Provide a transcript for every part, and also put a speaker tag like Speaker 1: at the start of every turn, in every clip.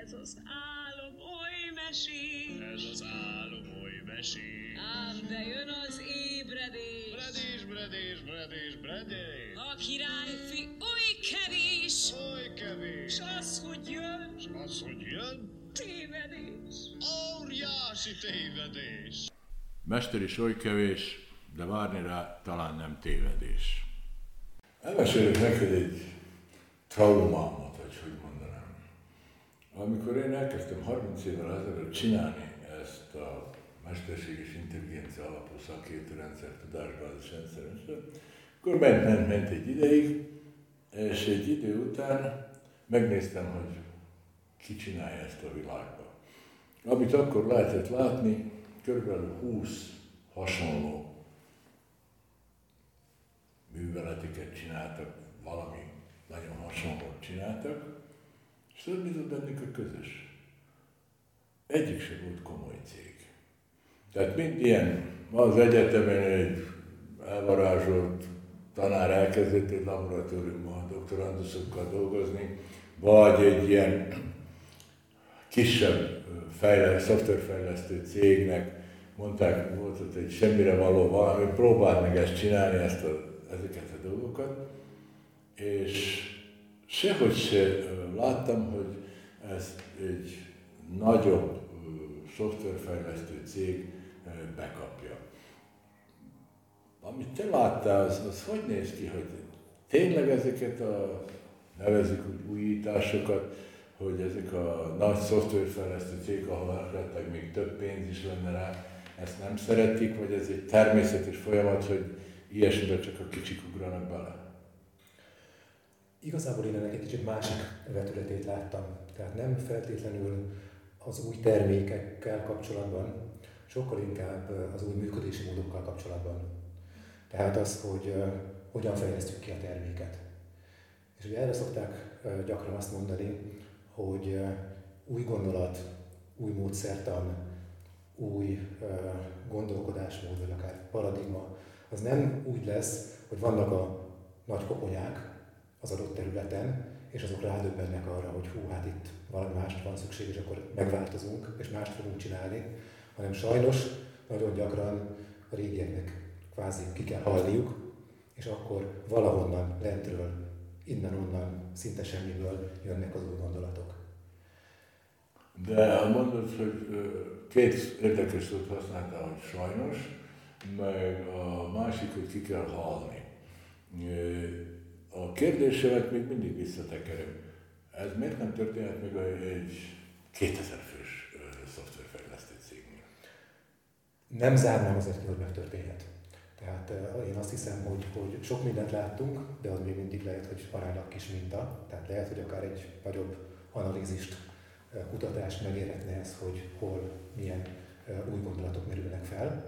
Speaker 1: Ez az álom oly mesés.
Speaker 2: Ez az álom oly mesés.
Speaker 1: Ám de jön az ébredés.
Speaker 2: Bredés, bredés, bredés, bredés.
Speaker 1: A királyfi oly kevés.
Speaker 2: Oly kevés.
Speaker 1: S az, hogy jön.
Speaker 2: S az, hogy jön.
Speaker 1: Tévedés.
Speaker 2: Óriási tévedés.
Speaker 3: Mester is oly kevés, de várni rá talán nem tévedés.
Speaker 4: Elmesélek neked egy traumámat, vagy hogy mondanám. Amikor én elkezdtem 30 évvel ezelőtt csinálni ezt a mesterséges intelligencia alapú szakértőrendszer, tudásbázis rendszerünket, akkor ment egy ideig, és egy idő után megnéztem, hogy ki csinálja ezt a világban. Amit akkor lehetett látni, körülbelül 20 hasonló műveleteket csináltak, valami nagyon hasonlót csináltak, és tudod, mi volt bennük a közös? Egyik sem volt komoly cég. Tehát mind ilyen, az egyetemen egy elvarázsolt tanár elkezdett egy laboratóriumban doktoranduszokkal dolgozni, vagy egy ilyen kisebb szoftverfejlesztő cégnek mondták, volt ott egy semmire való valami, próbáld meg ezt csinálni, ezeket a dolgokat, és sehogy se láttam, hogy ezt egy nagyobb szoftverfejlesztő cég bekapja. Amit te láttál, az hogy néz ki, hogy tényleg ezeket a nevezzük úgy újításokat, hogy ezek a nagy szoftverfejlesztő cégek, ahol esetleg még több pénz is lenne rá, ezt nem szeretik, vagy ez egy természetes folyamat, hogy ilyesmiben csak a kicsik ugranak bele?
Speaker 5: Igazából én ennek egy kicsit másik vetületét láttam. Tehát nem feltétlenül az új termékekkel kapcsolatban, sokkal inkább az új működési módokkal kapcsolatban. Tehát az, hogy hogyan fejlesztjük ki a terméket. És ugye erre szokták gyakran azt mondani, hogy új gondolat, új módszertan, új gondolkodásmód, vagy akár paradigma, az nem úgy lesz, hogy vannak a nagy koponyák az adott területen, és azok rádöbbennek arra, hogy hú, hát itt valami mást van szükség, és akkor megváltozunk, és mást fogunk csinálni, hanem sajnos nagyon gyakran a régieknek kvázi ki kell halniuk, és akkor valahonnan lentről, innen-onnan, szinte semmiből jönnek az új gondolatok.
Speaker 4: De mondod, hogy két érdekes szót használtál, hogy sajnos, meg a másik, hogy ki kell halni. A kérdésemet még mindig visszatekerem. Ez miért nem történhet meg egy 2000 fős szoftverfejlesztő cégnél?
Speaker 5: Nem zárnám azért ki, hogy megtörténhet. Tehát én azt hiszem, hogy sok mindent láttunk, de az még mindig lehet, hogy aránylag kis minta. Tehát lehet, hogy akár egy nagyobb analízist, kutatást megérhetne ez, hogy hol, milyen új gondolatok merülnek fel.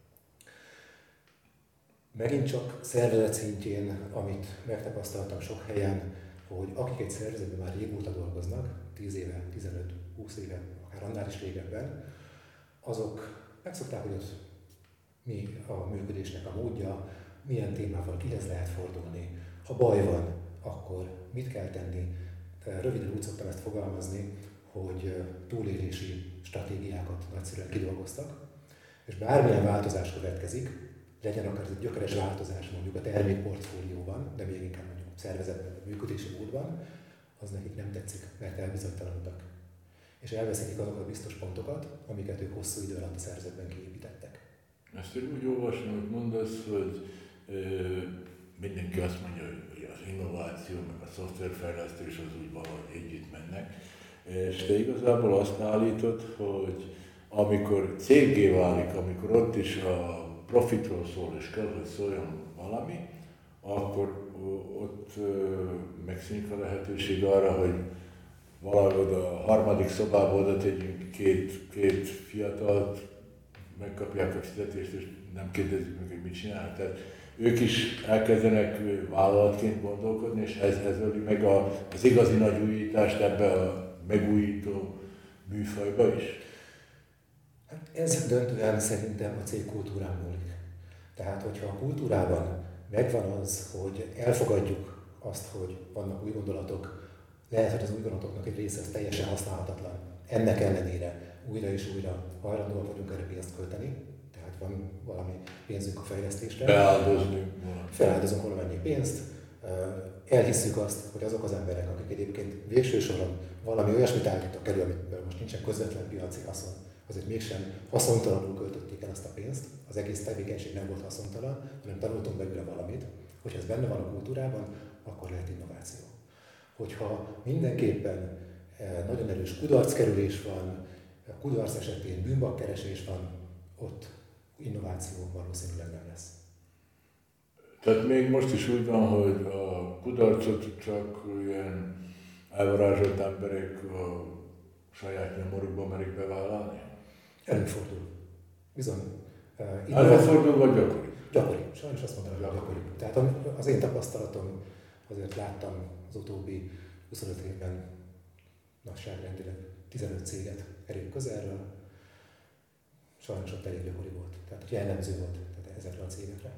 Speaker 5: Megint csak szervezet szintjén, amit megtapasztaltam sok helyen, hogy akik egy szervezetben már régóta dolgoznak, 10 éve, 15-20 éve, akár annál is régebben, azok megszokták, hogy ott mi a működésnek a módja, milyen témával kihez lehet fordulni, ha baj van, akkor mit kell tenni. Röviden úgy szoktam ezt fogalmazni, hogy túlélési stratégiákat nagyszerűen kidolgoztak, és bármilyen változás következik, legyen akár egy gyökeres változás mondjuk a termékportfólióban, de még inkább mondjuk a szervezetben, a működési módban, az nekik nem tetszik, mert elbizonytalanodnak. És elveszítik azokat a biztos pontokat, amiket ők hosszú idő alatt a szervezetben kiépítettek.
Speaker 4: Ezt én úgy olvasom, hogy mondasz, hogy mindenki azt mondja, hogy az innováció, meg a szoftverfejlesztés az úgy valahogy együtt mennek, és te igazából azt állítod, hogy amikor céggé válik, amikor ott is a profitról szól, és kell, hogy szóljon valami, akkor ott megszűnik a lehetőség arra, hogy valahogy a harmadik szobába oda tegyünk két fiatalt, megkapják a fizetést, és nem kérdezzük meg, hogy mit csinálnak. Tehát ők is elkezdenek vállalatként gondolkodni, és ez öli meg az igazi nagy újítást ebbe a megújító műfajba is.
Speaker 5: Hát ez döntően szerintem a cég kultúrán múlik. Tehát, hogyha a kultúrában megvan az, hogy elfogadjuk azt, hogy vannak új gondolatok, Lehet, hogy az új vonatoknak egy része az teljesen használhatatlan. Ennek ellenére újra és újra hajlandóak vagyunk erre pénzt költeni, tehát van valami pénzünk a fejlesztésre. Feláldozunk valamennyi pénzt, elhisszük azt, hogy azok az emberek, akik egyébként végső soron valami olyasmit állítottak elő, amiből most nincsen közvetlen piaci haszon, azért mégsem haszontalanul költötték el azt a pénzt, az egész tevékenység nem volt haszontalan, hanem tanultunk belőle valamit, hogyha ez benne van a kultúrában, akkor lehet innováció. Hogyha mindenképpen nagyon erős kudarckerülés van, kudarc esetén bűnbakkeresés van, ott innováció valószínűleg nem lesz.
Speaker 4: Tehát még most is úgy van, hogy a kudarcot csak ilyen elvarázsolt emberek a saját nyomorukba merik bevállalni?
Speaker 5: Előfordul. Bizony.
Speaker 4: Előfordul vagy gyakori?
Speaker 5: Gyakori. Sajnos azt mondanám, hogy gyakori. Tehát az én tapasztalatom, azért láttam az utóbbi 25 évben nagyságrendileg 15 céget elég közelről. Sajnos ott elég gyakori volt. Tehát jellemző volt ezekre a cégekre.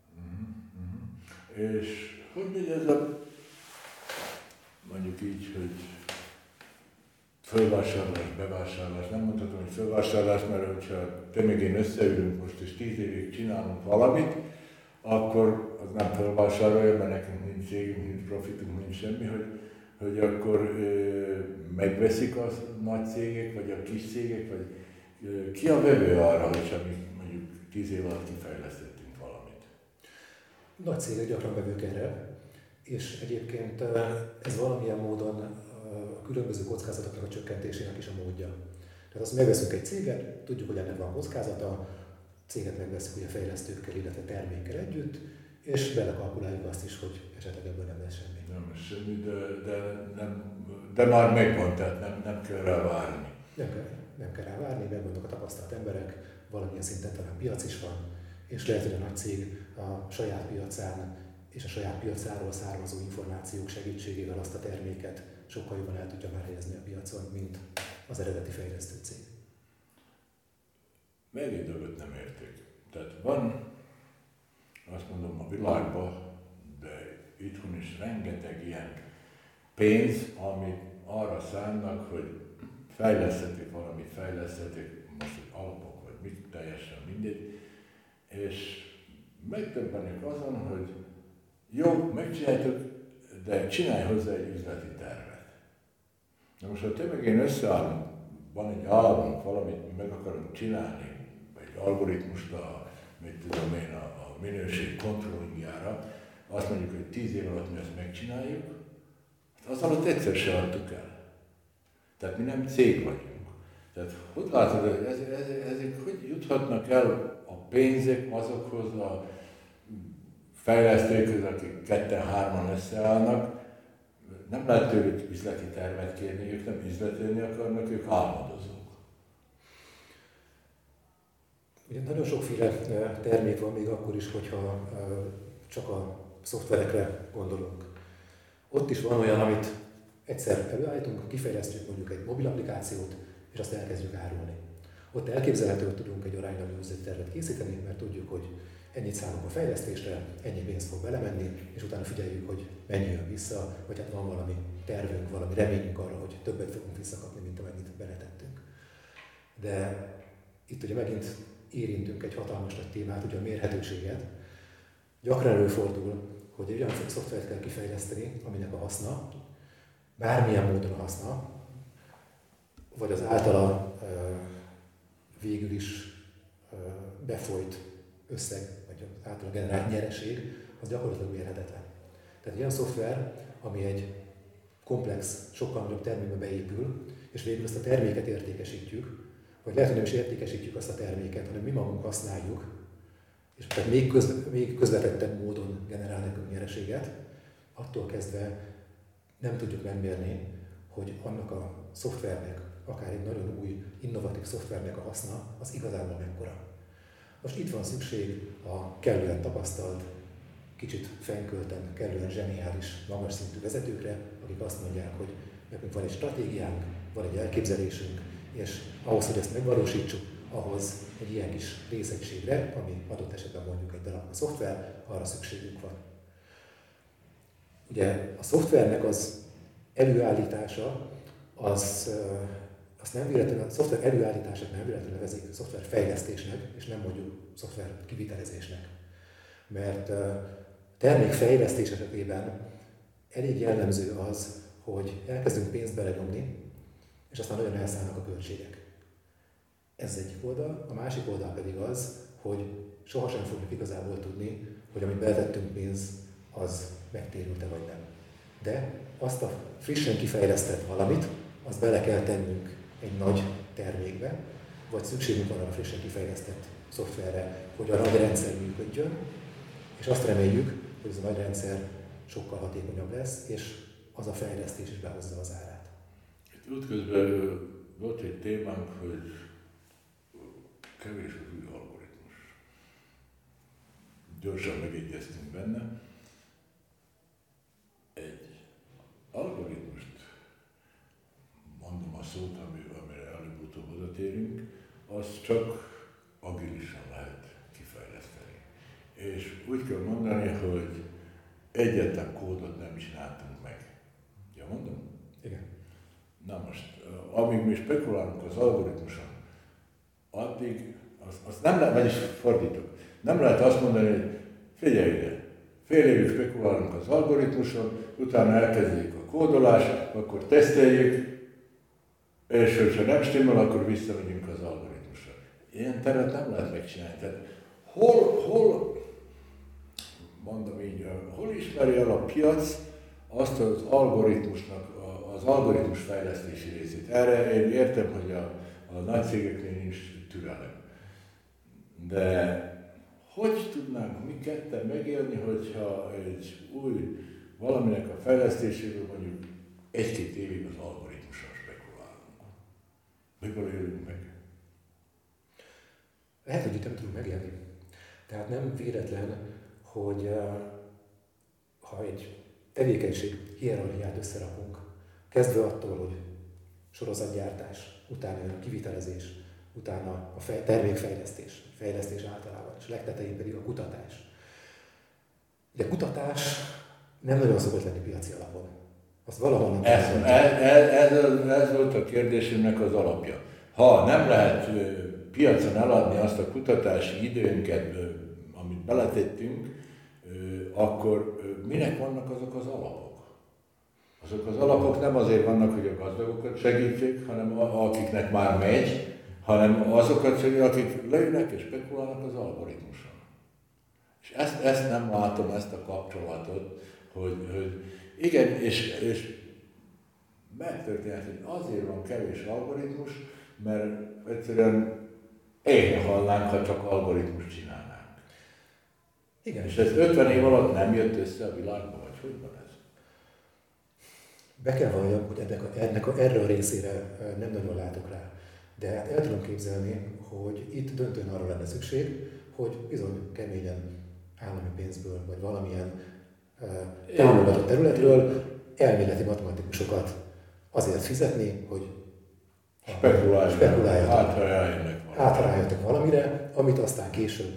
Speaker 4: És hogy megy ez a, mondjuk így, hogy fölvásárlás, bevásárlás, nem mondhatom, hogy fölvásárlás, mert hogyha te még én összeülünk most és 10 évig csinálunk valamit, akkor az nem fölvásárolja, mert nekünk nincs cégünk, nincs profitunk, nincs semmi, hogy akkor megveszik a nagy cégek, vagy a kis cégek, vagy ki a vevő arra, hogyha mi mondjuk 10 év alatt kifejlesztettünk valamit?
Speaker 5: Nagy cégek gyakran vevők erre, és egyébként ez valamilyen módon a különböző kockázatoknak a csökkentésének is a módja. Tehát azt megveszünk egy céget, tudjuk, hogy ennek van kockázata, a céget megveszünk ugye fejlesztőkkel, illetve termékkel együtt, és belekalkuláljuk azt is, hogy esetleg ebből nem lesz semmi.
Speaker 4: Nem lesz semmi, de már megvan, tehát nem kell rá várni.
Speaker 5: Nem kell rá várni, megvannak a tapasztalt emberek, valamilyen szinten talán piac is van, és lehet, hogy a nagy cég a saját piacán és a saját piacáról származó információk segítségével azt a terméket sokkal jobban el tudja már helyezni a piacon, mint az eredeti fejlesztő cég.
Speaker 4: Még egy dolgot nem érték. Tehát van, azt mondom, a világban, de itthon is rengeteg ilyen pénz, amit arra szánnak, hogy fejleszthetik valamit, most hogy alapok, vagy mit, teljesen mindegy, és megdöbbenik azon, hogy jó, megcsináltuk, de csinálj hozzá egy üzleti tervet. Na most, ha te meg én összeállunk, van egy álmunk, valamit meg akarunk csinálni, egy algoritmust a minőség kontrollingjára, azt mondjuk, hogy 10 év alatt mi ezt megcsináljuk, az alatt egyszer se adtuk el. Tehát mi nem cég vagyunk. Tehát hogy látod, hogy ezek hogy juthatnak el a pénzek azokhoz a fejlesztőkhöz, akik 2-3-an összeállnak, nem lehet tőlük üzleti tervet kérni, ők nem üzletelni akarnak, ők álmodozók.
Speaker 5: Ugye nagyon sokféle termék van még akkor is, hogyha csak a szoftverekre gondolunk. Ott is van olyan, amit egyszer előállítunk, kifejlesztjük mondjuk egy mobil applikációt, és azt elkezdjük árulni. Ott elképzelhető, hogy tudunk egy aránylag üzleti tervet készíteni, mert tudjuk, hogy ennyit szánunk a fejlesztésre, ennyi pénzt fog belemenni, és utána figyeljük, hogy mennyi jön vissza, vagy hát van valami tervünk, valami reményünk arra, hogy többet fogunk visszakapni, mint amennyit beletettünk. De itt ugye megint érintünk egy hatalmas nagy témát, ugye a mérhetőséget. Gyakran előfordul, hogy egy olyan szoftvert kell kifejleszteni, aminek a haszna, bármilyen módon a haszna, vagy az általa végül is befolyt összeg, vagy az általa generált nyereség, az gyakorlatilag mérhetetlen. Tehát egy olyan szoftver, ami egy komplex, sokkal nagyobb termékbe beépül, és végül ezt a terméket értékesítjük, vagy lehet, hogy nem is értékesítjük azt a terméket, hanem mi magunk használjuk, és tehát még közvetettebb módon generál nekünk nyereséget, attól kezdve nem tudjuk megmérni, hogy annak a szoftvernek, akár egy nagyon új, innovatív szoftvernek a haszna, az igazából mekkora. Most itt van szükség a kellően tapasztalt, kicsit fennkölten, kellően zseniális, magas szintű vezetőkre, akik azt mondják, hogy nekünk van egy stratégiánk, van egy elképzelésünk, és ahhoz, hogy ezt megvalósítsuk, ahhoz egy ilyen kis részegységre, ami adott esetben mondjuk egy darab szoftver, arra szükségünk van. Ugye a szoftvernek az előállítása, azt nem véletlenül, a szoftver előállítását nem véletlenül nevezik szoftverfejlesztésnek, és nem mondjuk szoftver kivitelezésnek. Mert termékfejlesztés esetében elég jellemző az, hogy elkezdünk pénzt belenyomni, és aztán nagyon elszállnak a költségek. Ez egyik oldal, a másik oldal pedig az, hogy sohasem fogjuk igazából tudni, hogy amit beletettünk pénz, az megtérült-e vagy nem. De azt a frissen kifejlesztett valamit, azt bele kell tennünk egy nagy termékbe, vagy szükségünk van a frissen kifejlesztett szoftverre, hogy a nagy rendszer működjön, és azt reméljük, hogy ez a nagy rendszer sokkal hatékonyabb lesz, és az a fejlesztés is behozza az árát.
Speaker 4: Itt útközben volt egy témánk, hogy kevés az új algoritmus. Gyorsan megegyeztünk benne. Egy algoritmust, mondom a szót, amire előbb-utóbb odatérünk, azt csak agilisan lehet kifejleszteni. És úgy kell mondani, hogy egyetlen kódot nem csináltunk meg. Ja, mondom?
Speaker 5: Igen.
Speaker 4: Na most, amíg mi spekulálunk az algoritmuson, addig azt nem lehet, vagyis fordítok, nem lehet azt mondani, hogy figyelj ide, fél évig spekulálunk az algoritmuson, utána elkezdjük a kódolást, akkor teszteljük, és hogyha nem stimmel, akkor visszamegyünk az algoritmusra. Ilyen teret nem lehet megcsinálni. Tehát mondom így, hol ismeri el a piac azt az algoritmusnak, az algoritmus fejlesztési részét. Erre én értem, hogy a nagy cégeknél nincs türelem. De hogy tudnánk mi ketten megélni, hogyha egy új valaminek a fejlesztéséről mondjuk 1-2 évig az algoritmuson spekulálunk? Mikor élünk meg?
Speaker 5: Lehet, hogy itt nem tudunk megélni. Tehát nem véletlen, hogy ha egy tevékenység hierarchiát összerakunk, kezdve attól, hogy sorozatgyártás, utána a kivitelezés, utána a fejlesztés általában, és legtetején pedig a kutatás. Ugye a kutatás nem nagyon szokott lenni piaci alapon. Azt valahonnan
Speaker 4: ez volt a kérdésemnek az alapja. Ha nem lehet piacon eladni azt a kutatási időnket, amit beletettünk, akkor minek vannak azok az alapok? Azok az alapok nem azért vannak, hogy a gazdagokat segítsék, hanem akiknek már megy, hanem azokat segít, akik leülnek és spekulálnak az algoritmuson. És ezt nem látom, ezt a kapcsolatot, hogy igen, és megtörténhet, hogy azért van kevés algoritmus, mert egyszerűen éhen hallnánk, ha csak algoritmust csinálnánk.
Speaker 5: Igen.
Speaker 4: És ez 50 év alatt nem jött össze a világba, vagy hogy van ez?
Speaker 5: Be kell valljam, hogy erre a részére nem nagyon látok rá. De hát el tudom képzelni, hogy itt döntően arra lenne szükség, hogy bizony keményen állami pénzből, vagy valamilyen támogatott területről elméleti matematikusokat azért fizetni, hogy spekuláljanak. Hát rájöttek valamire, amit aztán később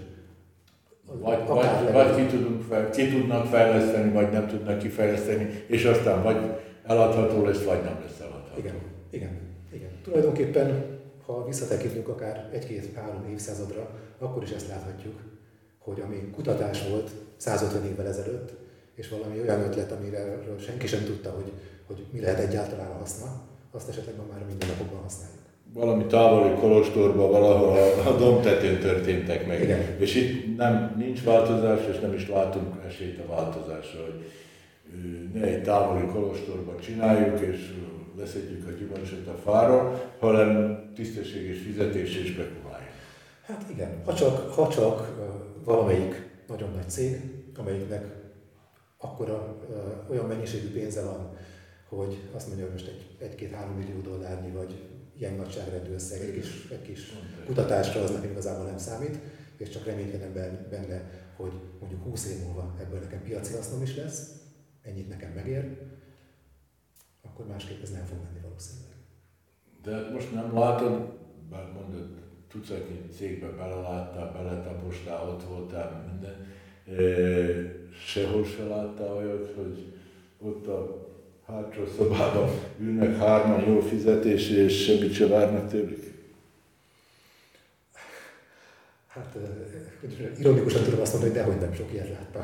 Speaker 4: vagy ki tudnak fejleszteni, vagy nem tudnak kifejleszteni, és aztán vagy eladható lesz, vagy nem lesz eladható.
Speaker 5: Igen. Tulajdonképpen, ha visszatekintünk akár 1-2-3 évszázadra, akkor is ezt láthatjuk, hogy ami kutatás volt 150 évvel ezelőtt, és valami olyan ötlet, amiről senki sem tudta, hogy mi lehet egyáltalán a haszna, azt esetleg már minden napokban használjuk.
Speaker 4: Valami távoli kolostorban, valahol a dombtetőn történtek meg.
Speaker 5: Igen.
Speaker 4: És itt nincs változás, és nem is látunk esélyt a változásra, hogy ne egy távoli kolostorban csináljuk, és leszedjük a gyümölcsöt a fáról, hanem tisztességes fizetés és spekuláljunk.
Speaker 5: Hát igen, ha csak valamelyik nagyon nagy cég, amelyiknek akkora olyan mennyiségű pénze van, hogy azt mondja, hogy most egy 1-2-3 millió dollárnyi, vagy ilyen nagyságrendű összeg, egy kis kutatásra az nekem igazából nem számít, és csak reménykedem benne, hogy mondjuk 20 év múlva ebből nekem piaci hasznom is lesz, ennyit nekem megér, akkor másképp ez nem fog menni valószínűleg.
Speaker 4: De most nem látod, bár mondod, tucatnyi cégbe beleláttál, beletapostál, ott voltál, minden, sehol se láttál olyat, hogy ott a hátsó szobában ülnek hárman jó fizetésre, és semmit se várnak tőlük?
Speaker 5: Hát ironikusan tudom azt mondani, hogy dehogy nem sok ilyet láttam.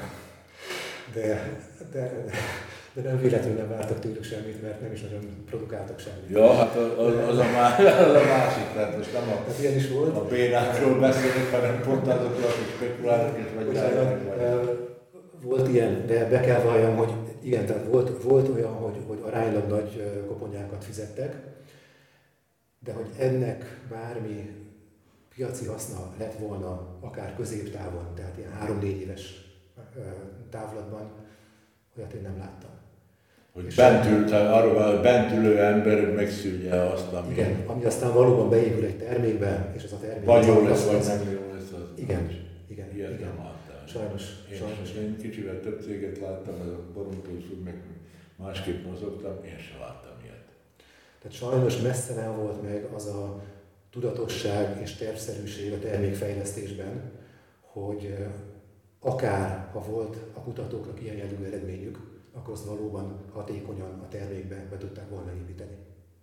Speaker 5: De nem véletlenül nem vártak tőlük semmit, mert nem is nagyon produkáltak semmit.
Speaker 4: Ja, hát az a másik, tehát most nem
Speaker 5: hát ilyen is volt.
Speaker 4: a bénákról beszélünk, hanem pont azokról, akik spekulálnak és vagy rájönnek.
Speaker 5: Volt ilyen, de be kell valljam, hogy igen, tehát volt olyan, hogy aránylag nagy koponyákat fizettek, de hogy ennek bármi piaci haszna lett volna, akár középtávon, tehát ilyen 3-4 éves távlatban, olyat én nem láttam.
Speaker 4: Hogy bent ülő ember megszűrje azt, ami...
Speaker 5: Igen, ami aztán valóban beépül egy termékbe, és az a termék...
Speaker 4: Vagy jó lesz, vagy nem jó lesz az.
Speaker 5: Igen.
Speaker 4: Ilyet nem láttam.
Speaker 5: Sajnos.
Speaker 4: Én kicsivel több céget láttam, ez a Boruntós úr, meg másképp mozogtam, én sem láttam ilyet.
Speaker 5: Tehát sajnos messze nem volt meg az a tudatosság és tervszerűség a termékfejlesztésben, hogy akár ha volt a kutatóknak ilyen jellegű eredményük, akkor azt valóban hatékonyan a termékbe be tudták volna építeni.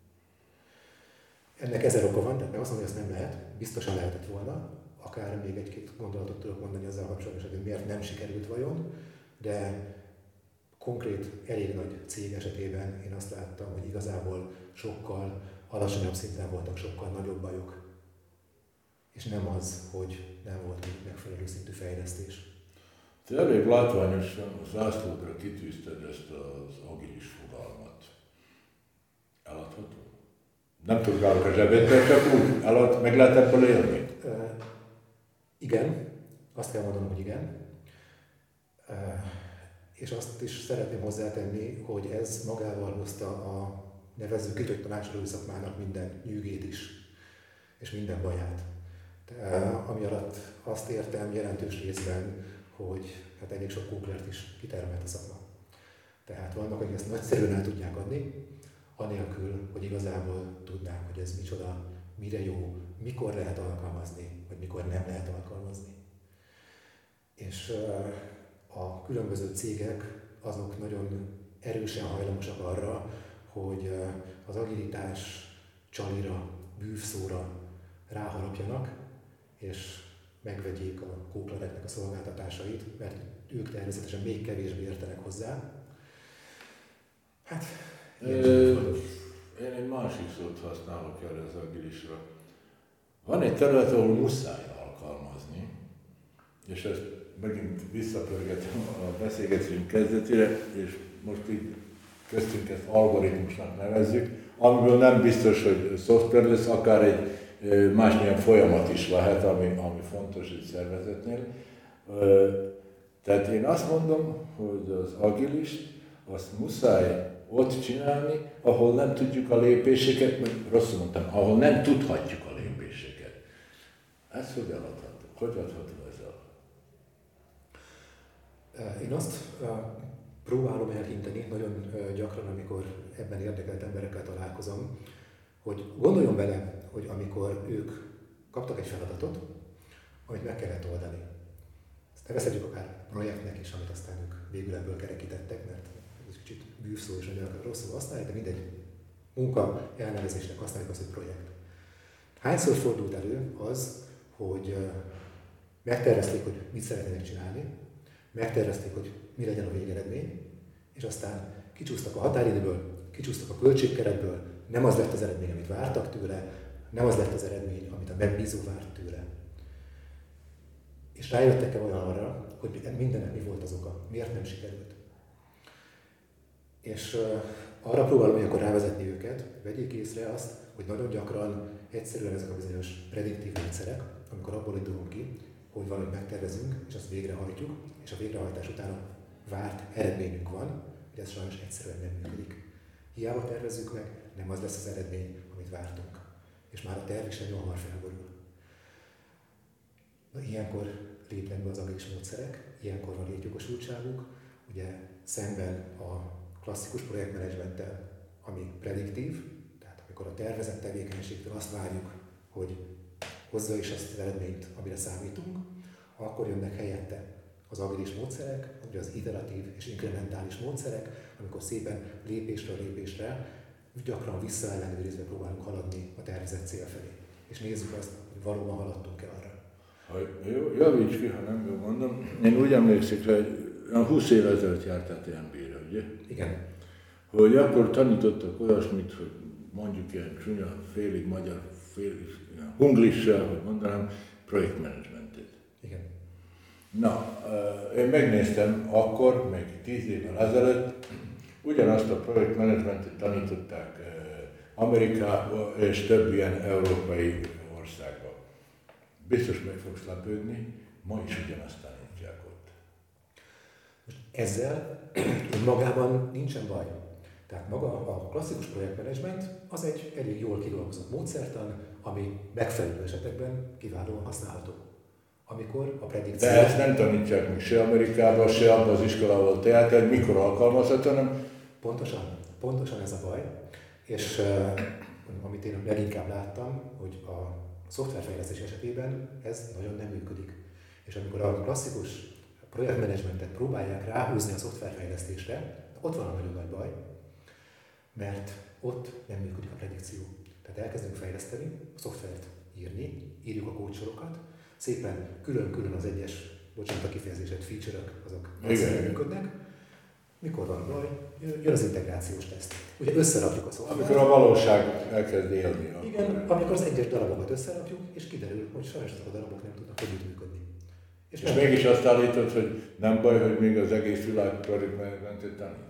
Speaker 5: Ennek 1000 oka van, tehát meg azt mondom, hogy ezt nem lehet, biztosan lehetett volna, akár még egy-két gondolatot tudok mondani azzal kapcsolatban, hogy miért nem sikerült vajon, de konkrét, elég nagy cég esetében én azt láttam, hogy igazából sokkal alacsonyabb szinten voltak sokkal nagyobb bajok. És nem az, hogy nem volt megfelelő szintű fejlesztés.
Speaker 4: Te elég látványosan a zászlódra kitűzted ezt az agilis fogalmat. Eladható? Nem tudgálok a zsebedben, csak úgy meg lehet ebből élni?
Speaker 5: Igen, azt kell mondanom, hogy igen. És azt is szeretném hozzátenni, hogy ez magával hozta a nevezzük így, hogy tanácsadói szakmának minden nyűgét is, és minden baját. Ami alatt azt értem jelentős részben, hogy hát elég sok kóklert is kitermelt a szakma. Tehát vannak, akik ezt nagyszerűen el tudják adni, anélkül, hogy igazából tudnák, hogy ez micsoda, mire jó, mikor lehet alkalmazni, vagy mikor nem lehet alkalmazni. És a különböző cégek azok nagyon erősen hajlamosak arra, hogy az agilitás csalira, bűvszóra ráharapjanak, és megvegyék a kóklereknek a szolgáltatásait, mert ők természetesen még kevésbé értenek hozzá. Hát,
Speaker 4: én egy másik szót használok erre az agilisra. Van egy terület, ahol muszáj alkalmazni, és ezt megint visszapörgetem a beszélgetésünk kezdetére, és most így köztünk ezt algoritmusnak nevezzük, amiből nem biztos, hogy szoftver lesz, akár egy másmilyen folyamat is lehet, ami fontos egy szervezetnél. Tehát én azt mondom, hogy az agilist azt muszáj ott csinálni, ahol nem tudjuk a lépéseket, vagy rosszul mondtam, ahol nem tudhatjuk a lépéseket. Ez hogy adható? Hogy adható ezzel?
Speaker 5: Én azt próbálom elhinteni nagyon gyakran, amikor ebben érdekelt emberekkel találkozom, hogy gondoljon bele, hogy amikor ők kaptak egy feladatot, amit meg kellett oldani. Ezt nevezhetjük akár projektnek is, amit aztán ők végül ebből kerekítettek, mert ez kicsit bűvszó és nagyon rosszul használják, de mindegy munka elnevezésnek használjuk azt, hogy projekt. Hányszor fordult elő az, hogy megtervezték, hogy mit szeretnének csinálni, megtervezték, hogy mi legyen a végeredmény, és aztán kicsúsztak a határidőből, kicsúsztak a költségkeretből, nem az lett az eredmény, amit vártak tőle, nem az lett az eredmény, amit a megbízó várt tőle. És rájöttek-e olyan arra, hogy mindennek mi volt az oka, miért nem sikerült. És arra próbálom ilyenkor rávezetni őket, vegyék észre azt, hogy nagyon gyakran egyszerűen ezek a bizonyos prediktív módszerek, amikor abból indulunk ki, hogy valamit megtervezünk, és azt végrehajtjuk, és a végrehajtás után a várt eredményünk van, hogy ez sajnos egyszerűen nem működik. Hiába tervezzük meg, nem az lesz az eredmény, amit vártunk. És már a terv is nagyon hamar felborul. Na, ilyenkor lépnek be az agilis módszerek, ilyenkor van létjogosultságuk, ugye szemben a klasszikus projektmenedzsmenttel, ami prediktív, tehát amikor a tervezett tevékenységtől azt várjuk, hogy hozza is azt az eredményt, amire számítunk, akkor jönnek helyette az agilis módszerek, ugye az iteratív és inkrementális módszerek, amikor szépen lépésről lépésre, gyakran visszaellenőrizve próbálunk haladni a tervezett cél felé. És nézzük azt, hogy valóban haladtunk-e arra.
Speaker 3: Javíts ki, ha nem jól mondom. Én úgy emlékszik, hogy 20 évvel ezelőtt jártál TNB-re, ugye?
Speaker 5: Igen.
Speaker 3: Hogy akkor tanítottak olyasmit, hogy mondjuk ilyen csúnya, félig magyar, félig hunglissel, hogy mondanám, projektmenedzsmentet.
Speaker 5: Igen.
Speaker 3: Na, én megnéztem akkor, még 10 évvel ezelőtt, ugyanazt a projektmenedzsmentet tanították Amerikába és több ilyen európai országba. Biztos meg fogsz lepődni, ma is ugyanazt tanítják ott.
Speaker 5: Most ezzel magában nincsen baj. Tehát maga a klasszikus projektmenedzsment az egy elég jól kidolgozott módszertan, ami megfelelő esetekben kiválóan használható. Amikor a predikció...
Speaker 3: De ezt nem tanítják még se Amerikában, se abban az iskolában, ahol te jártál, mikor alkalmazható, hanem...
Speaker 5: Pontosan ez a baj. És amit én leginkább láttam, hogy a szoftverfejlesztés esetében ez nagyon nem működik. És amikor a klasszikus projektmenedzsmentet próbálják ráhúzni a szoftverfejlesztésre, ott van a nagyon nagy baj, mert ott nem működik a predikció. Tehát elkezdünk fejleszteni, a szoftvert írni, írjuk a kódsorokat, szépen külön-külön az egyes, bocsánat a kifejezéset, feature-ök, azok egyszerűen működnek. Mikor van baj? Jön az integrációs teszt. Ugye összerakjuk a szoftvert.
Speaker 3: Amikor a valóság elkezd élni.
Speaker 5: Igen, amikor az egyes darabokat összerakjuk, és kiderül, hogy sajnos azok a darabok nem tudnak együttműködni.
Speaker 3: És mégis azt állítod, hogy nem baj, hogy még az egész világ projektmenedzsmentet tanít.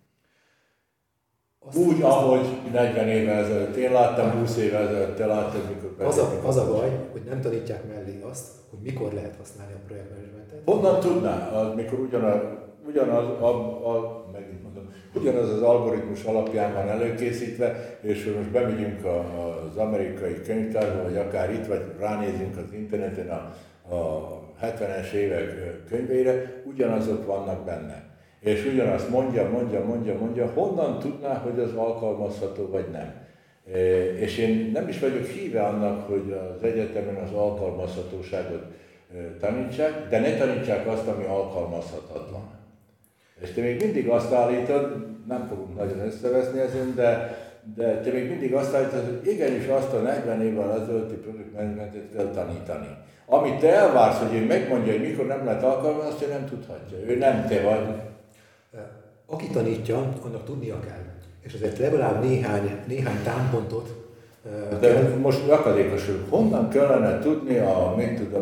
Speaker 3: Úgy, ahogy 40 évvel ezelőtt én láttam, 20 évvel ezelőtt te láttad, mikor...
Speaker 5: Az a baj, hogy nem tanítják mellé azt, hogy mikor lehet használni a projektmenedzsmentet.
Speaker 3: Honnan tudná, mikor ugyanaz az algoritmus alapján van előkészítve, és hogy most bemegyünk az amerikai könyvtárba, vagy akár itt, vagy ránézünk az interneten a 70-es évek könyveire, ugyanazok vannak benne. És ugyanazt mondja, honnan tudná, hogy az alkalmazható vagy nem. És én nem is vagyok híve annak, hogy az egyetemen az alkalmazhatóságot tanítsák, de ne tanítsák azt, ami alkalmazhatatlan. És te még mindig azt állítod, nem fogunk nagyon összeveszni ezen, de te még mindig azt állítod, hogy igenis azt a 40 évvel ezelőtti projektmenedzsmentet kell tanítani. Amit te elvársz, hogy ő megmondja, hogy mikor nem lehet alkalmazni, azt ő nem tudhatja. Ő nem te vagy.
Speaker 5: Aki tanítja, annak tudnia kell. És azért legalább néhány támpontot...
Speaker 3: De most akadékosul, honnan kellene tudni a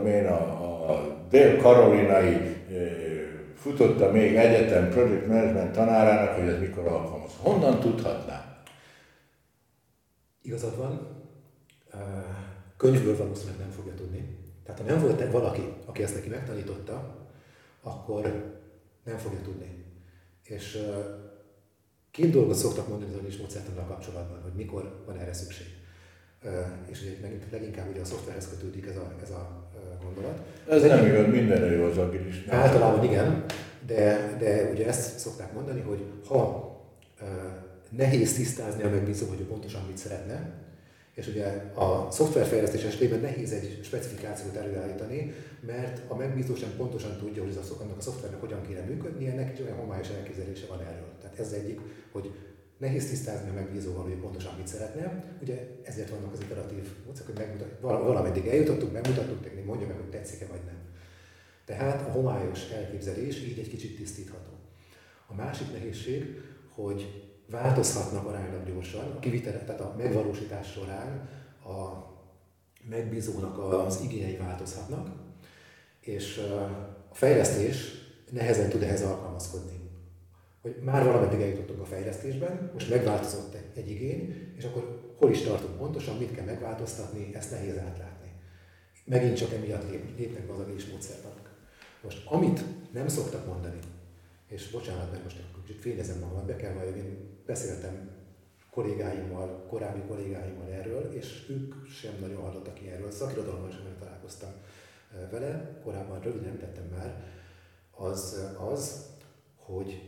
Speaker 3: dél-karolinai futotta még egyetem project management tanárának, hogy ez mikor alkalmaz. Honnan tudhatná?
Speaker 5: Igazad van, könyvből valószínűleg nem fogja tudni. Tehát ha nem volt valaki, aki ezt neki megtanította, akkor nem fogja tudni. És két dolgot szoktak mondani az agilis módszertannal kapcsolatban, hogy mikor van erre szükség. És ugye megint leginkább ugye a szoftverhez kötődik ez a gondolat.
Speaker 3: Ez nem igaz, mindenre jó az agilis.
Speaker 5: Általában igen, de ugye ezt szokták mondani, hogy ha nehéz tisztázni a megbízó, hogy ő pontosan mit szeretne, és ugye a szoftverfejlesztés esetében nehéz egy specifikációt előállítani, mert a megbízó sem pontosan tudja, hogy annak a szoftvernek hogyan kéne működnie, ennek egy olyan homályos elképzelése van erről. Tehát ez egyik, hogy nehéz tisztázni a megbízóval, hogy pontosan mit szeretne. Ugye ezért vannak az iteratív módszerek, hogy valameddig eljutottunk, megmutattuk, mondja meg, hogy tetszik-e vagy nem. Tehát a homályos elképzelés így egy kicsit tisztítható. A másik nehézség, hogy változhatnak aránylag gyorsan, a kivitele, tehát a megvalósítás során a megbízónak az igényei változhatnak, és a fejlesztés nehezen tud ehhez alkalmazkodni. Hogy már valameddig eljutottunk a fejlesztésben, most megváltozott egy igény, és akkor hol is tartunk pontosan, mit kell megváltoztatni, ezt nehéz átlátni. Megint csak emiatt lépnek be az agilis módszertanak. Most amit nem szoktak mondani, és bocsánat, mert most kicsit fényezem magam, be kell valljam, én beszéltem korábbi kollégáimmal erről, és ők sem nagyon hallottak erről, szakirodalomban sem találkoztam vele, korábban röviden említettem már, az, hogy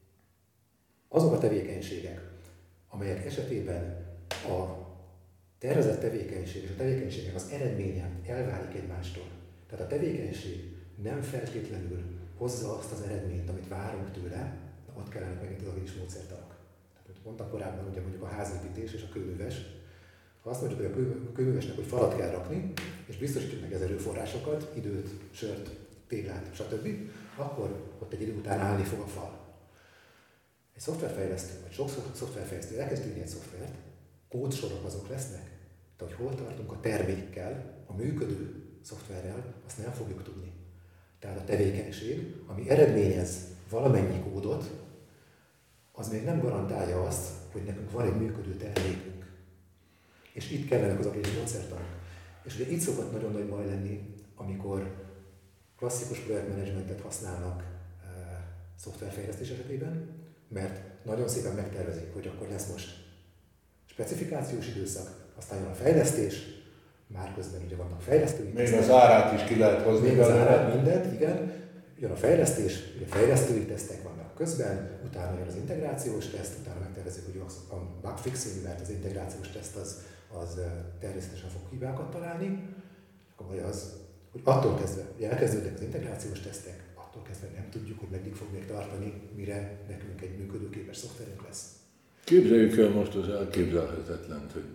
Speaker 5: azok a tevékenységek, amelyek esetében a tervezett tevékenység és a tevékenységnek az eredménye elválik egymástól. Tehát a tevékenység nem feltétlenül hozza azt az eredményt, amit várunk tőle, ott kellenek megint az agilis módszertanak. Tehát mondtam korábban ugye mondjuk a házépítés és a kőműves. Ha azt mondjuk, hogy a kőművesnek, hogy falat kell rakni, és biztosítjuk meg az erőforrásokat, időt, sört, téglát, stb., akkor ott egy idő után állni fog a fal. Egy szoftverfejlesztő, vagy sok szoftverfejlesztő elkezd írni egy szoftvert, kódsorok azok lesznek, de hogy hol tartunk a termékkel, a működő szoftverrel, azt nem fogjuk tudni. Tehát a tevékenység, ami eredményez valamennyi kódot, az még nem garantálja azt, hogy nekünk van egy működő termékünk. És itt kellenek az agilis módszertanok. És ugye itt szokott nagyon nagy baj lenni, amikor klasszikus projektmenedzsmentet használnak szoftverfejlesztés esetében, mert nagyon szépen megtervezik, hogy akkor lesz most specifikációs időszak, aztán jön a fejlesztés, már közben ugye vannak fejlesztői.
Speaker 3: Még az árát is ki lehet hozni.
Speaker 5: Még az árát, mindent, igen. Jön a fejlesztés, ugye fejlesztői tesztek vannak közben, utána jön az integrációs teszt, utána megtervezik, hogy a bugfixing, mert az integrációs teszt az természetesen fog hibákat találni. Akkor vagy az, hogy attól kezdve, hogy elkezdődnek az integrációs tesztek, attól kezdve nem tudjuk, hogy meddig fog még tartani, mire nekünk egy működőképes szoftverünk lesz.
Speaker 4: Képzeljük el most az elképzelhetetlent, hogy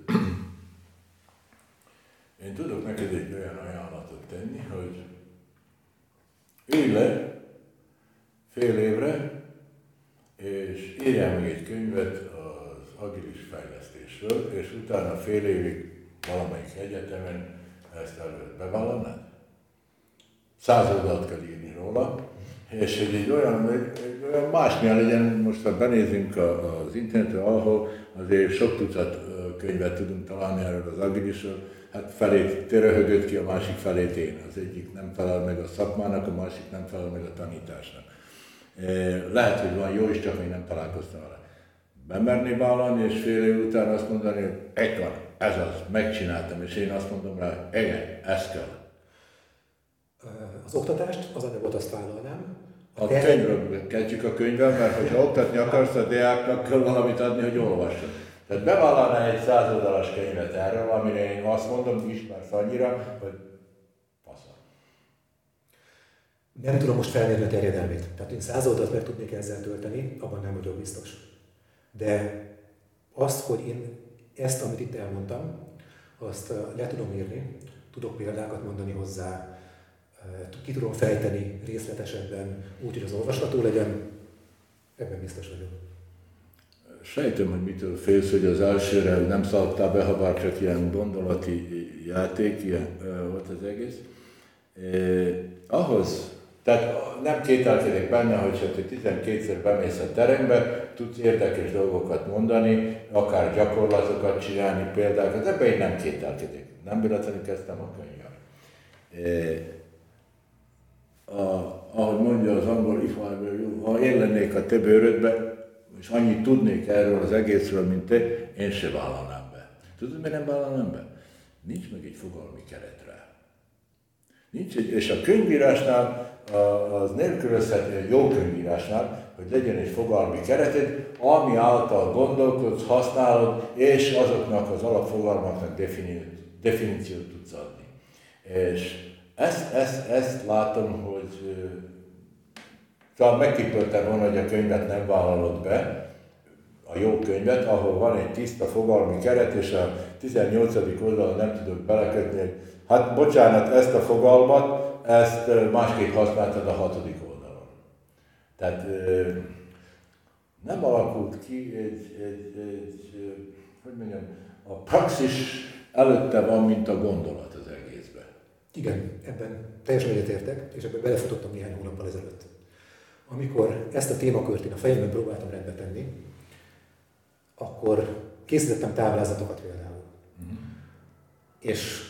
Speaker 4: én tudok neked egy olyan ajánlatot tenni, hogy ülj le fél évre, és írjál meg egy könyvet az agilis fejlesztésről, és utána fél évig valamelyik egyetemen ezt előtt bevallanád. 100 oldalt kell írni róla, és egy olyan másmilyen legyen, most ha benézünk az internetre, ahol azért sok tucat könyvet tudunk találni erről az agilisről, hát felét te röhögött ki, a másik felét én. Az egyik nem felel meg a szakmának, a másik nem felel meg a tanításnak. Lehet, hogy van jó is, csak még nem találkoztam vele. Bemerni vállalni, és fél év után azt mondani, hogy egy van, ez az, megcsináltam, és én azt mondom rá, igen, ez kell.
Speaker 5: Az oktatást, az anyagot azt vállalnám.
Speaker 3: A könyvről kezdjük a könyvvel, mert ha oktatni akarsz, a diáknak kell valamit adni, hogy olvassad. Tehát bevállalná egy 100 oldalas könyvet erről, amire én azt mondom, ismersz annyira, hogy faszal.
Speaker 5: Nem tudom most felmérni a terjedelmét. Tehát én 100 oldalt meg tudnék ezzel tölteni, abban nem vagyok biztos. De azt, hogy én ezt, amit itt elmondtam, azt le tudom írni, tudok példákat mondani hozzá, ki tudom fejteni részletesebben, úgy, hogy az olvasható legyen, ebben biztos vagyok.
Speaker 4: Sejtem, hogy mitől félsz, hogy az elsőre nem szaladtál be, ha bár csak ilyen gondolati játék, ilyen volt az egész. Ahhoz,
Speaker 3: tehát nem kételkedek benne, hogy ha te 12-szer bemész a terembe, tudsz érdekes dolgokat mondani, akár gyakorlatokat csinálni, példákat, ebben én nem kételkedek. Nem véletlenül kezdtem a könyvvel. Ahogy mondja az angol, ha én lennék a te bőrödbe, és annyit tudnék erről az egészről, mint te, én se vállalnám be. Tudod, miért nem vállalnám be? Nincs meg egy fogalmi keret rá. Nincs egy, és a könyvírásnál az nélkülözhető, jó könyvírásnál, hogy legyen egy fogalmi kereted, ami által gondolkodsz, használod, és azoknak az alapfogalmaknak definíciót tudsz adni. És ezt látom, hogy talán megkipöltem volna, hogy a könyvet nem vállalod be, a jó könyvet, ahol van egy tiszta fogalmi keret, és a 18. oldalon nem tudok belekötni, hogy hát bocsánat, ezt a fogalmat, ezt másképp használtad a 6. oldalon. Tehát nem alakult ki hogy mondjam, a praxis előtte van, mint a gondolat az egészben.
Speaker 5: Igen, ebben teljesen egyetértek, és ebben belefutottam néhány hónappal ezelőtt. Amikor ezt a témakört én a fejemben próbáltam rendbe tenni, akkor készítettem táblázatokat például. És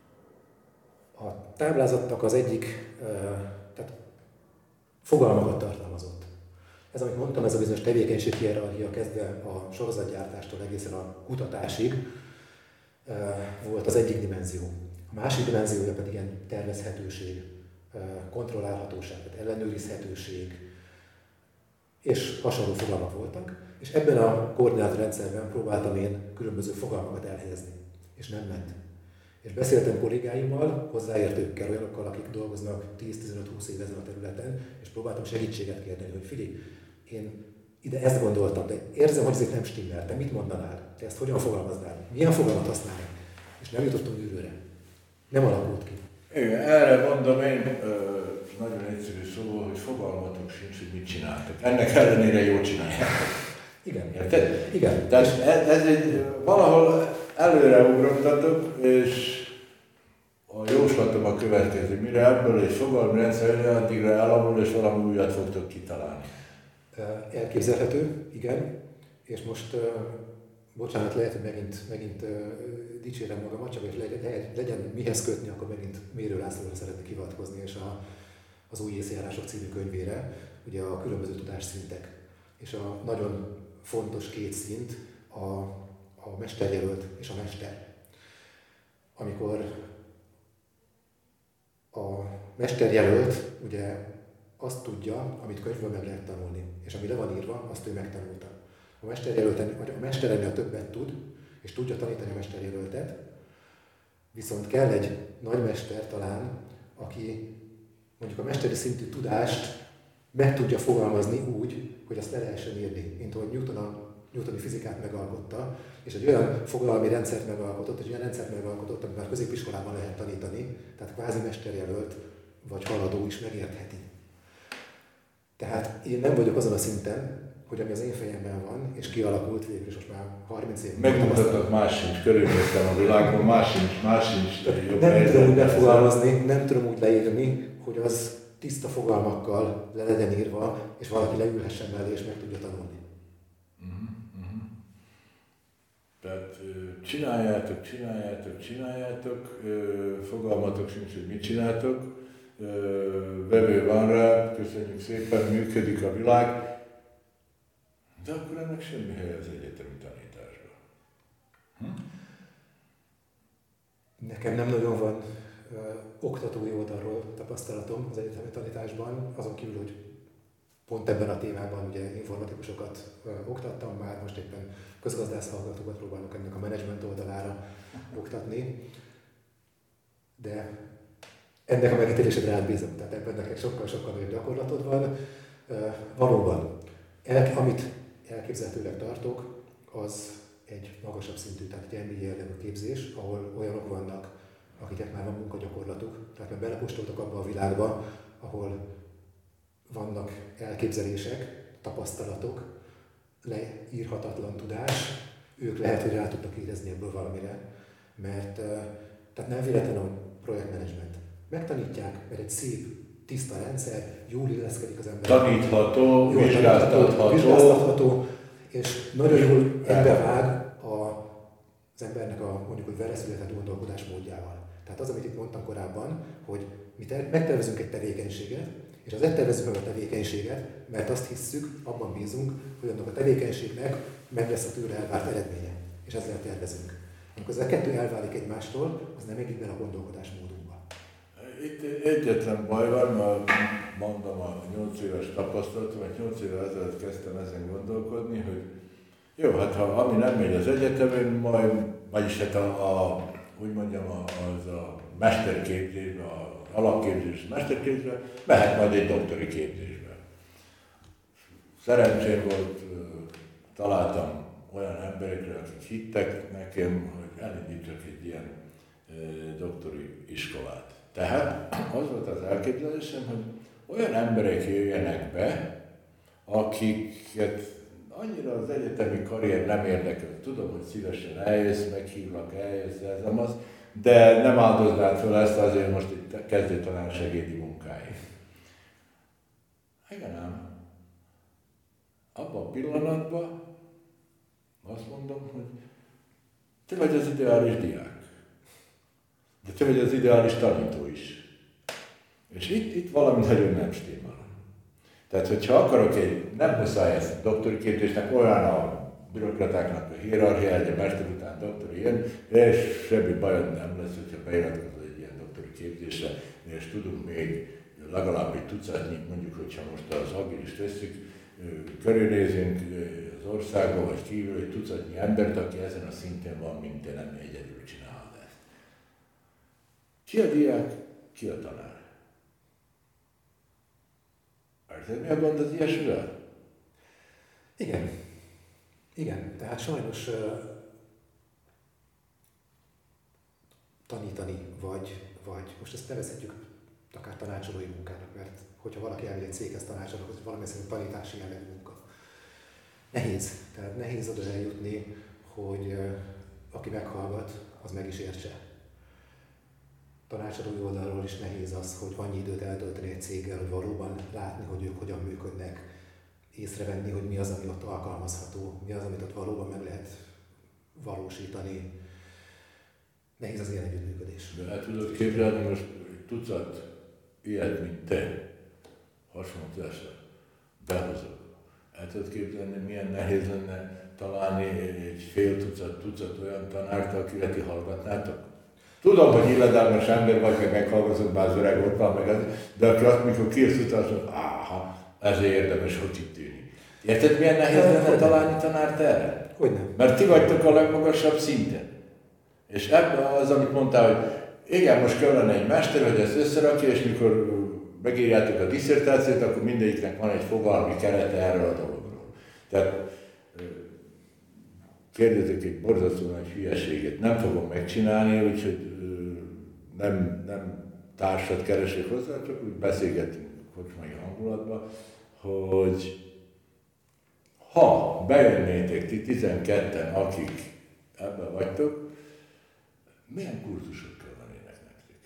Speaker 5: a táblázatnak az egyik, tehát fogalmakat tartalmazott. Ez, amit mondtam, ez a bizonyos tevékenységhierarchia kezdve a sorozatgyártástól egészen a kutatásig volt az egyik dimenzió. A másik dimenziója pedig ilyen tervezhetőség, kontrollálhatóság, tehát ellenőrizhetőség, és hasonló fogalmak voltak, és ebben a koordinátorrendszerben próbáltam én különböző fogalmakat elhelyezni, és nem ment. És beszéltem kollégáimmal, hozzáértőkkel, olyanokkal, akik dolgoznak 10-15-20 év ezen a területen, és próbáltam segítséget kérni, hogy figyelj, én ide ezt gondoltam, de érzem, hogy ez itt nem stimmel. Te mit mondanál? Te ezt hogyan fogalmaznál? Milyen fogalmat használnál? És nem jutottunk űrőre. Nem alakult ki.
Speaker 3: Igen, erre mondom én nagyon egyszerű szóval, hogy fogalmatok sincs, hogy mit csináltak. Ennek ellenére jól csinálják.
Speaker 5: Igen.
Speaker 3: Érted?
Speaker 5: Igen.
Speaker 3: Tehát ez egy, valahol előre ugrottatok, és a jóslatom a következő, mire ebből egy fogalmrendszer jön, addigra elavul, és valami újat fogtok kitalálni.
Speaker 5: Elképzelhető, igen. És most, bocsánat, lehet, hogy megint dicsérem magamat, csak hogy legyen mihez kötni, akkor megint Mérő Lászlóra szeretnék hivatkozni, és az Új észjárások című könyvére, ugye a különböző tudásszintek. És a nagyon fontos két szint a mesterjelölt és a mester. Amikor a mesterjelölt ugye azt tudja, amit könyvből meg lehet tanulni, és ami le van írva, azt ő megtanulta. A mester ennél többet tud, és tudja tanítani a mesterjelöltet, viszont kell egy nagymester talán, aki mondjuk a mesteri szintű tudást meg tudja fogalmazni úgy, hogy azt le lehessen írni, mint ahogy Newton a newtoni fizikát megalkotta, és egy olyan fogalmi rendszert megalkotott, amit már középiskolában lehet tanítani, tehát kvázi mesterjelölt vagy haladó is megértheti. Tehát én nem vagyok azon a szinten, hogy ami az én fejemben van, és kialakult végül is most már 30 év.
Speaker 3: Megmutatnak más sincs, körülnéztem a világban, más sincs jobb
Speaker 5: nem
Speaker 3: helyzetben.
Speaker 5: tudom úgy befogalmazni, nem tudom úgy leírni, hogy az tiszta fogalmakkal le legyen írva, és valaki leülhessen mellé, és meg tudja tanulni.
Speaker 3: Tehát csináljátok, fogalmatok sincs, hogy mit csináltok, vevő van rá, köszönjük szépen, működik a világ, de akkor ennek semmi helye az egyetemi tanításban.
Speaker 5: Nekem nem nagyon van oktatói oldalról tapasztalatom az egyetemi tanításban, azon kívül, hogy pont ebben a témában ugye informatikusokat oktattam, már most éppen közgazdász hallgatókat próbálok ennek a menedzsment oldalára oktatni, de ennek a megítélésedre átbízom, tehát ebben neked sokkal-sokkal nagyobb gyakorlatod van. Valóban, amit elképzelhetőleg tartok, az egy magasabb szintű, tehát egy MBA jellegű képzés, ahol olyanok vannak, akiknek már van munkagyakorlatuk, tehát már belepostoltak abba a világba, ahol vannak elképzelések, tapasztalatok, leírhatatlan tudás, ők lehet, hogy rá tudnak érezni ebből valamire, mert tehát nem véletlen a projektmenedzsment. Megtanítják, mert egy szép, tiszta rendszer, jól illeszkedik az ember.
Speaker 3: Tanítható, vizsgáztatható,
Speaker 5: és nagyon jól egybevág az embernek a mondjuk, hogy vele született gondolkodásmódjával. Tehát az, amit itt mondtam korábban, hogy mi megtervezünk egy tevékenységet, és azért tervezzük meg a tevékenységet, mert azt hisszük, abban bízunk, hogy annak a tevékenységnek meg lesz a tőle elvárt eredménye. És ezzel tervezünk. Amikor ez a kettő elválik egymástól, az nem égik bele a gondolkodásmódunkba.
Speaker 3: Itt egyetlen baj van, mert mondom a 8 éves tapasztalatom, hogy 8 évvel ezelőtt kezdtem ezen gondolkodni, hogy jó, hát ha ami nem megy az egyetemen, majd, vagyis hát úgy mondjam, az a mesterképzésbe, az alapképzés mesterképzésbe, mehet majd egy doktori képzésbe. Szerencsém volt, találtam olyan emberekre, akik hittek nekem, hogy elindítsak egy ilyen doktori iskolát. Tehát az volt az elképzelésem, hogy olyan emberek jöjjenek be, akiket annyira az egyetemi karrier nem érdekel. Tudom, hogy szívesen eljössz, meghívlak, eljössz, ez az, de nem áldoznád fel ezt azért most itt kezdőtanár segédi munkáért. Igen ám. Abban a pillanatban azt mondom, hogy te vagy az ideális diák. De te vagy az ideális tanító is. És itt valami nagyon nem stimmel. Tehát, hogyha akarok nem muszáj ezt a doktori képzésnek, olyan a bürokratáknak a hierarchiája, hogy a mester után doktori jön, és semmi bajod nem lesz, hogyha beiratkozol egy ilyen doktori képzésre, és tudunk még legalább egy tucatnyi, mondjuk, hogyha most az agilist vesszük, körülnézünk az országban, vagy kívül egy tucatnyi embert, aki ezen a szinten van, mint te, nem egyedül csinálod ezt. Ki a diák, ki a tanár? Érted, mi a gond az ilyesmivel?
Speaker 5: Igen, tehát sajnos tanítani, vagy most ezt nevezhetjük akár tanácsadói munkának, mert hogyha valaki elmegy egy céghez tanácsadók, az valamilyen szerint tanítási jellegű munka. Nehéz. Tehát nehéz oda eljutni, hogy aki meghallgat, az meg is értse. Tanácsadói oldalról is nehéz az, hogy annyi időt eltölteni egy céggel, hogy valóban látni, hogy ők hogyan működnek, észrevenni, hogy mi az, ami ott alkalmazható, mi az, amit ott valóban meg lehet valósítani. Nehéz az ilyen együttműködés.
Speaker 4: De el tudod képzelni, most tucat ilyet, mint te, hasonlításra behozok. El tudod képzelni, milyen nehéz lenne találni egy fél tucat olyan tanárt, akire ti hallgatnátok? Tudom, hogy illedelmes ember vagy, meg meghallgatok, bár az öreg ott van, meg az, de akkor azt, mikor kijössz utasod, ezért érdemes hogy itt ülni. Érted, milyen nehéz lenne találni tanárt erre?
Speaker 5: Hogyne.
Speaker 4: Mert ti vagytok a legmagasabb szinten. És ebben az, amit mondtál, hogy igen, most kellene egy mester, hogy ezt összerakja, és mikor megírjátok a disszertációt, akkor mindegyiknek van egy fogalmi kerete erről a dologról. Tehát kérdezek egy borzasztó nagy hülyeséget, nem fogom megcsinálni, úgyhogy nem társat keresek hozzá, csak úgy beszélgetünk kocsmai hangulatban, hogy ha bejönnétek ti 12-en, akik ebben vagytok, milyen kurzusok kellenének nektek?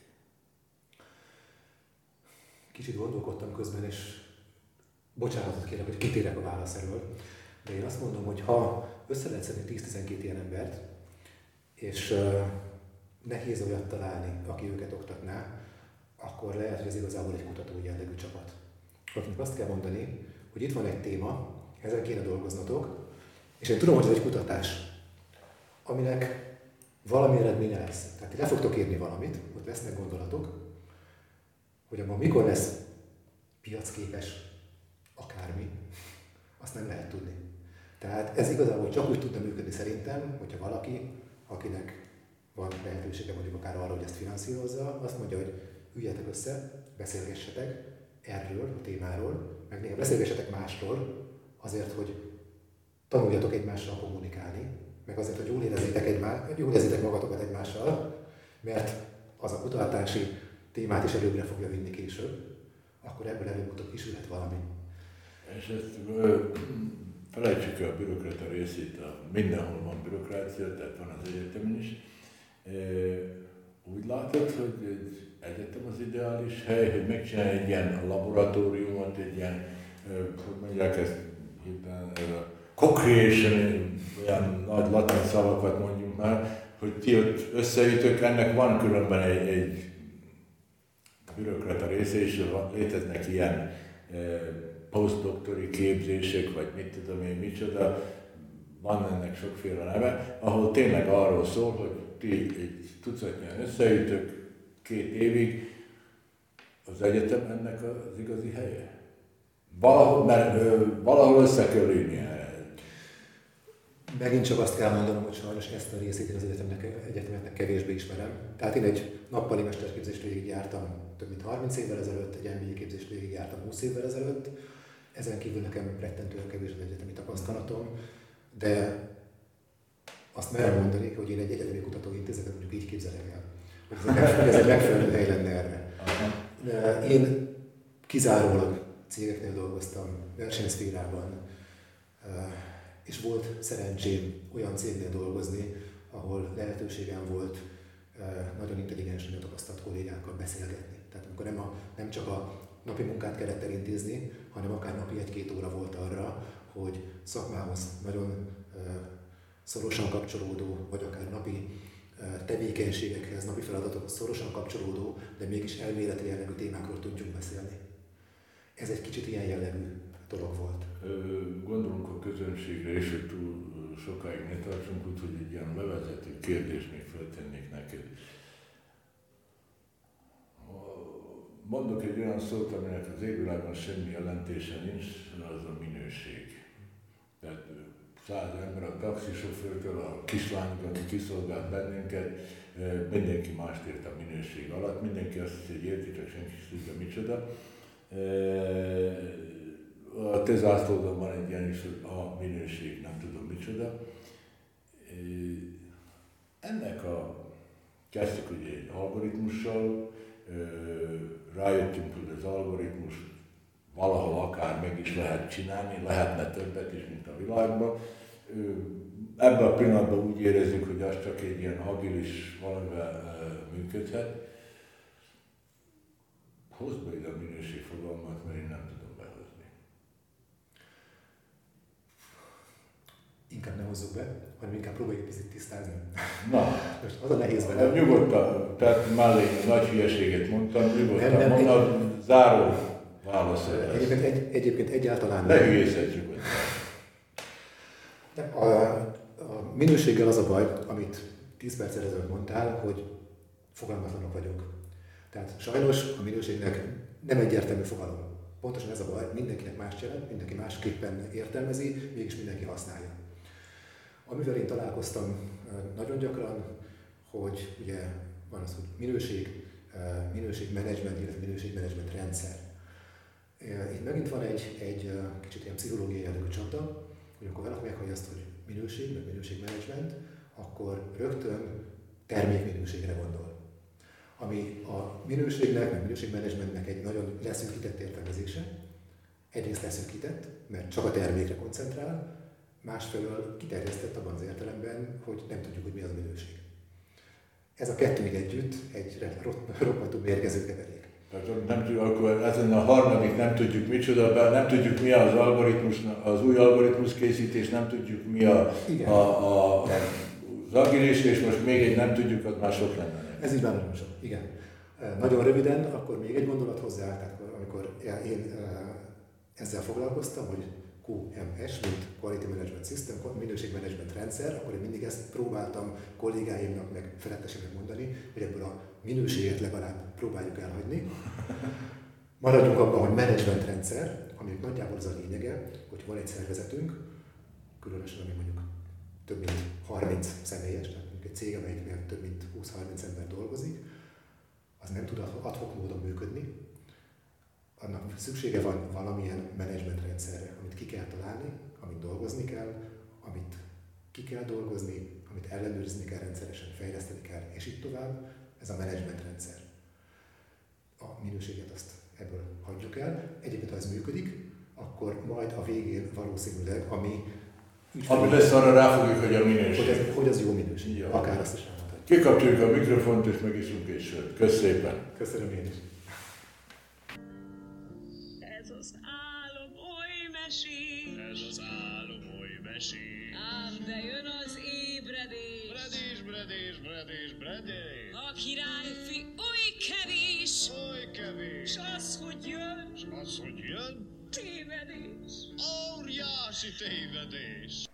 Speaker 5: Kicsit gondolkodtam közben, és bocsánatot kérek, hogy kitérek a válasz elől, de én azt mondom, hogy ha össze lehet szedni 10-12 ilyen embert, és nehéz olyat találni, aki őket oktatná, akkor lehet, hogy ez igazából egy kutatói jellegű csapat. Akinek azt kell mondani, hogy itt van egy téma, ezen kéne dolgoznatok, és én tudom, hogy ez egy kutatás, aminek valami eredménye lesz. Tehát le fogtok írni valamit, ott lesznek gondolatok, hogy abban mikor lesz piacképes akármi, azt nem lehet tudni. Tehát ez igazából csak úgy tudna működni szerintem, hogyha valaki, akinek van lehetősége mondjuk akár arra, hogy ezt finanszírozza, azt mondja, hogy üljetek össze, beszélgessetek erről a témáról, meg néha beszélgessetek másról, azért, hogy tanuljatok egymással kommunikálni, meg azért, hogy jól érezzétek magatokat egymással, mert az a kutatási témát is előbbre fogja vinni később, akkor ebből előbb-utóbb kisülhet valami.
Speaker 4: És ezt felejtsük el a bürokrata részét, mindenhol van bürokrácia, tehát van az egyetemen is. Úgy látod, hogy egy egyetem az ideális hely, hogy megcsinálj egy ilyen laboratóriumot, egy ilyen, hogy mondják ezt, co-creation, olyan nagy latin szavakat mondjunk már, hogy ti ott összeütök, ennek van különben egy bürokrata része, és léteznek ilyen postdoktori képzések, vagy mit tudom én, micsoda, van ennek sokféle neve, ahol tényleg arról szól, hogy ti egy tucatnyian összeütök 2 évig, az egyetem ennek az igazi helye. Valahol össze kell ülnie.
Speaker 5: Megint csak azt kell mondanom, hogy sajnos ezt a részét én az egyetemeknek kevésbé ismerem. Tehát én egy nappali mesterképzést végigjártam több mint 30 évvel ezelőtt, egy MBA képzést végigjártam 20 évvel ezelőtt. Ezen kívül nekem rettentően kevés az egyetemi tapasztalatom, de azt merem mondani, hogy én egy egyetemi kutatóintézetet mondjuk így képzelek el, hogy ez egy megfelelő hely lenne erre. Én kizárólag cégeknél dolgoztam, versenyszférában, és volt szerencsém olyan cégnél dolgozni, ahol lehetőségem volt nagyon intelligens, nagyon tapasztalt kollégákkal beszélgetni. Tehát amikor nem csak a napi munkát kellett elintézni, hanem akár napi 1-2 óra volt arra, hogy szakmához nagyon szorosan kapcsolódó, vagy akár napi tevékenységekhez, napi feladatokhoz szorosan kapcsolódó, de mégis elméleti jellegű témákról tudjunk beszélni. Ez egy kicsit ilyen jellegű dolog volt.
Speaker 4: Gondolunk a közönségre és hogy túl sokáig ne tartsunk, úgyhogy egy ilyen bevezető kérdést még feltennék neked. Mondok egy olyan szót, aminek az égvilágon semmi jelentése nincs, az a minőség. Tehát 100 ember, a taxisofőrtől, a kislányok, aki kiszolgált bennünket, mindenki mást ért a minőség alatt, mindenki azt hiszi, hogy érti, csak senki tudja micsoda.
Speaker 3: A te zászlódon van egy ilyen is, hogy a minőség, nem tudom micsoda. Ennek kezdtük ugye egy algoritmussal, rájöttünk, hogy az algoritmus valahol akár meg is lehet csinálni, lehetne többet is, mint a világban. Ebben a pillanatban úgy érezzük, hogy az csak egy ilyen agilis valamivel működhet. Hozd be ide a minőségfogalmat, mert én nem tudom behozni.
Speaker 5: Inkább ne hozzuk be, hanem inkább próbáljuk picit tisztázni.
Speaker 3: Na,
Speaker 5: most az a nehéz vele.
Speaker 3: Nyugodtan, tehát mellé nagy hülyeséget mondtam, nyugodtan mondom, záró válasz.
Speaker 5: Egyébként egyáltalán
Speaker 3: ne hülyészetjük.
Speaker 5: A minőséggel az a baj, amit 10 perccel ezelőtt mondtál, hogy fogalmatlanok vagyunk. Tehát sajnos a minőségnek nem egyértelmű fogalom. Pontosan ez a baj, mindenkinek más jelent, mindenki másképpen értelmezi, mégis mindenki használja. Amivel én találkoztam nagyon gyakran, hogy ugye van az, hogy minőségmenedzsment, illetve minőségmenedzsment rendszer. Itt megint van egy kicsit ilyen pszichológiai jellegű csapda, hogy amikor valaki meghallja azt, hogy minőség, meg minőségmenedzsment, akkor rögtön termékminőségre gondol. Ami a minőségnek, meg minőségmenedzsmentnek egy nagyon leszűkített értelmezése. Egyrészt leszűkített, mert csak a termékre koncentrál, másfelől kiterjesztett abban az értelemben, hogy nem tudjuk, hogy mi az a minőség. Ez a kettő együtt egy roppantú mérgező keverék.
Speaker 3: Tehát nem tudjuk, akkor ezen a harmadik nem tudjuk micsoda, nem tudjuk mi az algoritmus, az új algoritmus készítés, nem tudjuk mi az agilis, és most még egy nem tudjuk, az már sok lenne.
Speaker 5: Ez így már nagyon sok, igen. Nagyon röviden, akkor még egy gondolat hozzá, tehát amikor én ezzel foglalkoztam, hogy QMS, mint Quality Management System, minőségmenedzsment rendszer, akkor én mindig ezt próbáltam kollégáimnak, meg felettesemnek mondani, hogy ebből a minőséget legalább próbáljuk elhagyni. Maradjunk abban, hogy menedzsment rendszer, aminek nagyjából az a lényege, hogy van egy szervezetünk, különösen ami mondjuk több mint 30 személyes, tehát mondjuk egy cég, amelyiknél több mint 20-30 ember dolgozik, az nem tud ad hoc módon működni. Annak szüksége van valamilyen menedzsmentrendszerre, amit ki kell találni, amit dolgozni kell, amit ki kell dolgozni, amit ellenőrizni kell rendszeresen, fejleszteni kell, és így tovább. Ez a menedzsmentrendszer. A minőséget azt ebből hagyjuk el. Egyébként, ha ez működik, akkor majd a végén valószínűleg, ami
Speaker 3: lesz, arra ráfogjuk, hogy a minőség.
Speaker 5: Hogy az jó minőség. Ja. Akár azt is elmondhatjuk.
Speaker 3: Kikapcsoljuk a mikrofont, és megiszunk egy sört. Köszönöm szépen.
Speaker 5: Köszönöm én is.
Speaker 1: Ez az álom oly mesés.
Speaker 2: Ez az álom oly mesés.
Speaker 1: Ám de jön az ébredés.
Speaker 2: Bredés.
Speaker 1: A királyfi oly kevés.
Speaker 2: Oly kevés.
Speaker 1: S az, hogy jön,
Speaker 2: Az, hogy jön,
Speaker 1: tévedés.
Speaker 2: óriási tévedés.